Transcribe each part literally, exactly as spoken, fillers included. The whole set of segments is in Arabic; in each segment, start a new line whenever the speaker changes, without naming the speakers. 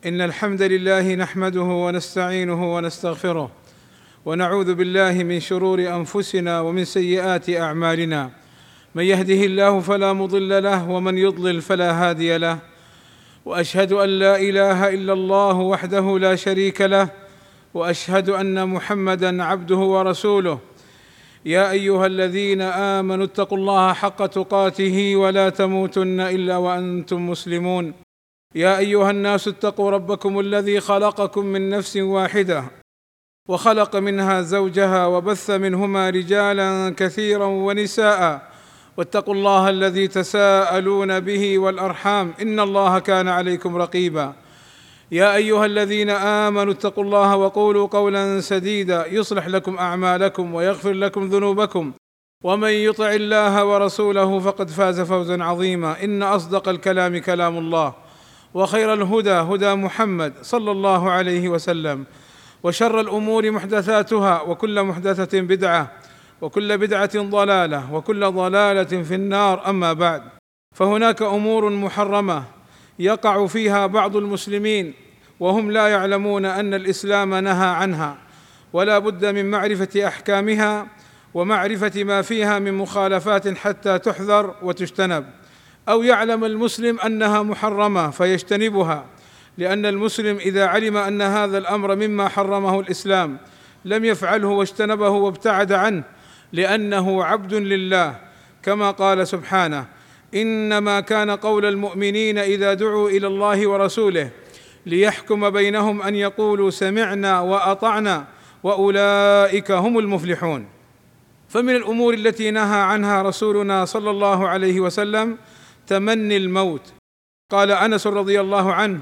إن الحمد لله نحمده ونستعينه ونستغفره ونعوذ بالله من شرور أنفسنا ومن سيئات أعمالنا، من يهده الله فلا مضل له ومن يضلل فلا هادي له، وأشهد أن لا إله إلا الله وحده لا شريك له، وأشهد أن محمدًا عبده ورسوله. يا أيها الذين آمنوا اتقوا الله حق تقاته ولا تموتن إلا وأنتم مسلمون. يا أيها الناس اتقوا ربكم الذي خلقكم من نفس واحدة وخلق منها زوجها وبث منهما رجالا كثيرا ونساء، واتقوا الله الذي تساءلون به والأرحام إن الله كان عليكم رقيبا. يا أيها الذين آمنوا اتقوا الله وقولوا قولا سديدا يصلح لكم أعمالكم ويغفر لكم ذنوبكم، ومن يطع الله ورسوله فقد فاز فوزا عظيما. إن أصدق الكلام كلام الله، وخير الهدى هدى محمد صلى الله عليه وسلم، وشر الأمور محدثاتها، وكل محدثة بدعة، وكل بدعة ضلالة، وكل ضلالة في النار. أما بعد، فهناك أمور محرمة يقع فيها بعض المسلمين وهم لا يعلمون أن الإسلام نهى عنها، ولا بد من معرفة أحكامها ومعرفة ما فيها من مخالفات حتى تحذر وتجتنب، أو يعلم المسلم أنها محرمة فيجتنبها، لأن المسلم إذا علم أن هذا الأمر مما حرمه الإسلام لم يفعله واجتنبه وابتعد عنه، لأنه عبد لله، كما قال سبحانه: إنما كان قول المؤمنين إذا دعوا إلى الله ورسوله ليحكم بينهم أن يقولوا سمعنا وأطعنا وأولئك هم المفلحون. فمن الأمور التي نهى عنها رسولنا صلى الله عليه وسلم تمني الموت. قال أنس رضي الله عنه: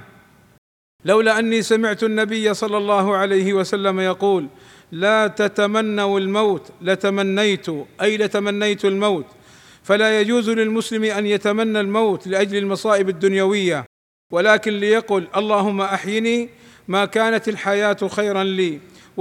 لولا أني سمعت النبي صلى الله عليه وسلم يقول لا تتمنوا الموت لتمنيت، أي لتمنيت الموت. فلا يجوز للمسلم أن يتمنى الموت لأجل المصائب الدنيوية، ولكن ليقل: اللهم أحيني ما كانت الحياة خيرا لي،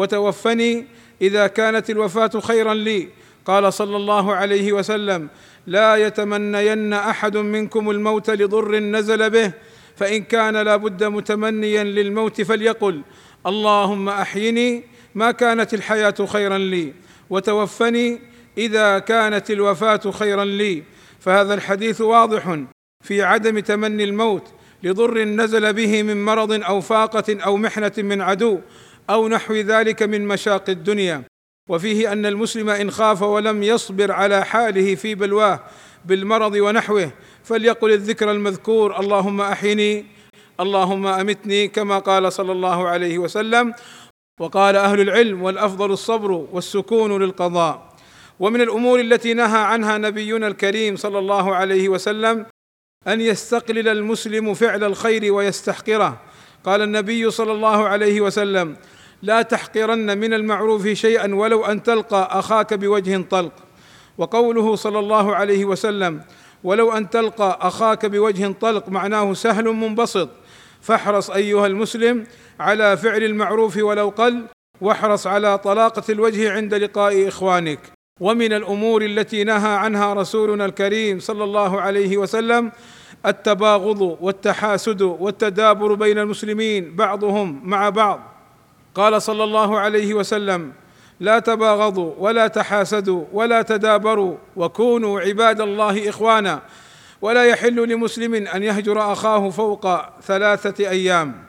وتوفني إذا كانت الوفاة خيرا لي. قال صلى الله عليه وسلم: لا يتمنين أحد منكم الموت لضر نزل به، فإن كان لا بد متمنيا للموت فليقل: اللهم أحيني ما كانت الحياة خيرا لي، وتوفني إذا كانت الوفاة خيرا لي. فهذا الحديث واضح في عدم تمني الموت لضر نزل به من مرض أو فاقة أو محنة من عدو أو نحو ذلك من مشاق الدنيا، وفيه أن المسلم إن خاف ولم يصبر على حاله في بلواه بالمرض ونحوه فليقل الذكر المذكور: اللهم أحيني، اللهم أمتني، كما قال صلى الله عليه وسلم. وقال أهل العلم: والأفضل الصبر والسكون للقضاء. ومن الأمور التي نهى عنها نبينا الكريم صلى الله عليه وسلم أن يستقلل المسلم فعل الخير ويستحقره. قال النبي صلى الله عليه وسلم: لا تحقرن من المعروف شيئا ولو أن تلقى أخاك بوجه طلق. وقوله صلى الله عليه وسلم: ولو أن تلقى أخاك بوجه طلق، معناه سهل منبسط. فاحرص أيها المسلم على فعل المعروف ولو قل، واحرص على طلاقة الوجه عند لقاء إخوانك. ومن الأمور التي نهى عنها رسولنا الكريم صلى الله عليه وسلم التباغض والتحاسد والتدابر بين المسلمين بعضهم مع بعض. قال صلى الله عليه وسلم: لا تباغضوا ولا تحاسدوا ولا تدابروا وكونوا عباد الله إخوانا. ولا يحل لمسلم أن يهجر أخاه فوق ثلاثة أيام.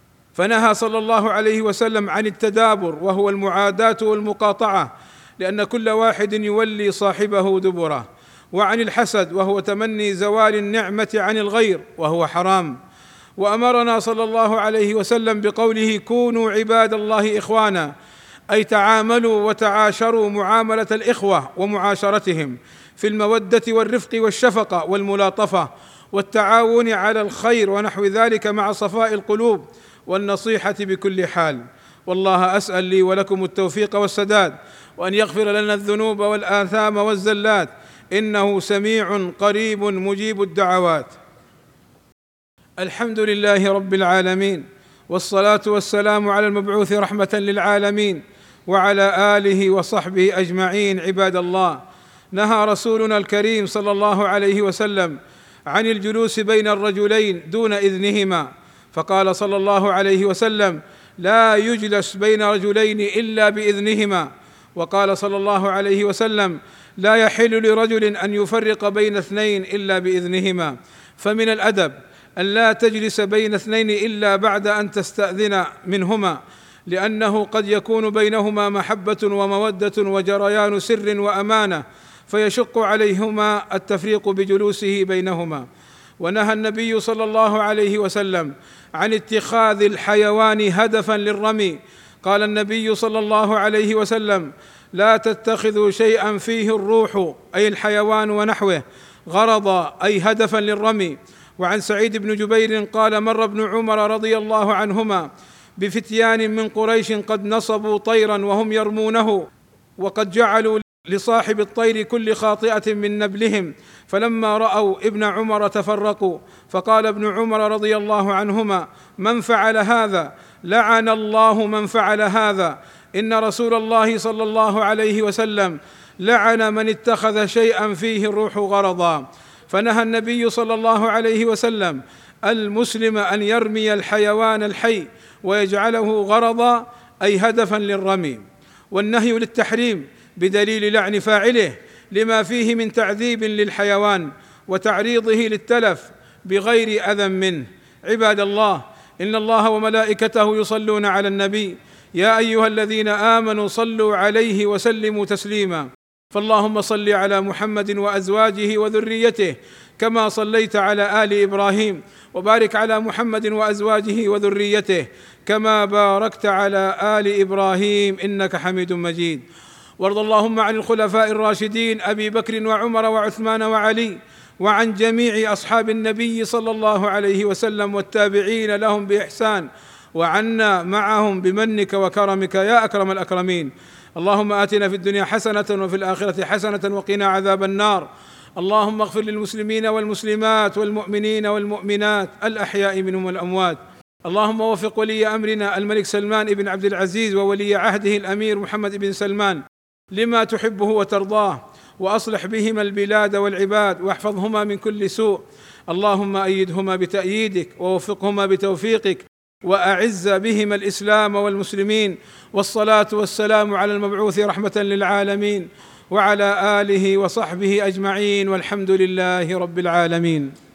فنهى صلى الله عليه وسلم عن التدابر، وهو المعاداة والمقاطعة، لأن كل واحد يولي صاحبه دبره، وعن الحسد، وهو تمني زوال النعمة عن الغير، وهو حرام. وأمرنا صلى الله عليه وسلم بقوله: كونوا عباد الله إخوانا، أي تعاملوا وتعاشروا معاملة الإخوة ومعاشرتهم في المودة والرفق والشفقة والملاطفة والتعاون على الخير ونحو ذلك، مع صفاء القلوب والنصيحة بكل حال. والله أسأل لي ولكم التوفيق والسداد، وأن يغفر لنا الذنوب والآثام والزلات، إنه سميع قريب مجيب الدعوات. الحمد لله رب العالمين، والصلاة والسلام على المبعوث رحمة للعالمين، وعلى آله وصحبه أجمعين. عباد الله، نهى رسولنا الكريم صلى الله عليه وسلم عن الجلوس بين الرجلين دون إذنهما، فقال صلى الله عليه وسلم: لا يجلس بين رجلين إلا بإذنهما. وقال صلى الله عليه وسلم: لا يحل لرجل أن يفرق بين اثنين إلا بإذنهما. فمن الأدب أن لا تجلس بين اثنين إلا بعد أن تستأذن منهما، لأنه قد يكون بينهما محبة ومودة وجريان سر وأمانة، فيشق عليهما التفريق بجلوسه بينهما. ونهى النبي صلى الله عليه وسلم عن اتخاذ الحيوان هدفا للرمي. قال النبي صلى الله عليه وسلم: لا تتخذوا شيئا فيه الروح، أي الحيوان ونحوه، غرضا أي هدفا للرمي. وعن سعيد بن جبير قال: مر ابن عمر رضي الله عنهما بفتيان من قريش قد نصبوا طيرا وهم يرمونه، وقد جعلوا لصاحب الطير كل خاطئة من نبلهم، فلما رأوا ابن عمر تفرقوا، فقال ابن عمر رضي الله عنهما: من فعل هذا؟ لعن الله من فعل هذا. إن رسول الله صلى الله عليه وسلم لعن من اتخذ شيئا فيه الروح غرضا. فنهى النبي صلى الله عليه وسلم المسلم أن يرمي الحيوان الحي ويجعله غرضا، أي هدفا للرمي. والنهي للتحريم بدليل لعن فاعله، لما فيه من تعذيب للحيوان وتعريضه للتلف بغير أذى منه. عباد الله، إن الله وملائكته يصلون على النبي، يا أيها الذين آمنوا صلوا عليه وسلموا تسليما. فاللهم صل على محمد وأزواجه وذريته كما صليت على آل إبراهيم، وبارك على محمد وأزواجه وذريته كما باركت على آل إبراهيم إنك حميد مجيد. وارض اللهم عن الخلفاء الراشدين أبي بكر وعمر وعثمان وعلي، وعن جميع أصحاب النبي صلى الله عليه وسلم والتابعين لهم بإحسان، وعنا معهم بمنك وكرمك يا أكرم الأكرمين. اللهم آتنا في الدنيا حسنة وفي الآخرة حسنة وقنا عذاب النار. اللهم اغفر للمسلمين والمسلمات والمؤمنين والمؤمنات الأحياء منهم والأموات. اللهم وفق ولي أمرنا الملك سلمان بن عبد العزيز وولي عهده الأمير محمد بن سلمان لما تحبه وترضاه، وأصلح بهما البلاد والعباد، واحفظهما من كل سوء. اللهم أيدهما بتأييدك، ووفقهما بتوفيقك، وأعز بهما الإسلام والمسلمين. والصلاة والسلام على المبعوث رحمة للعالمين، وعلى آله وصحبه أجمعين، والحمد لله رب العالمين.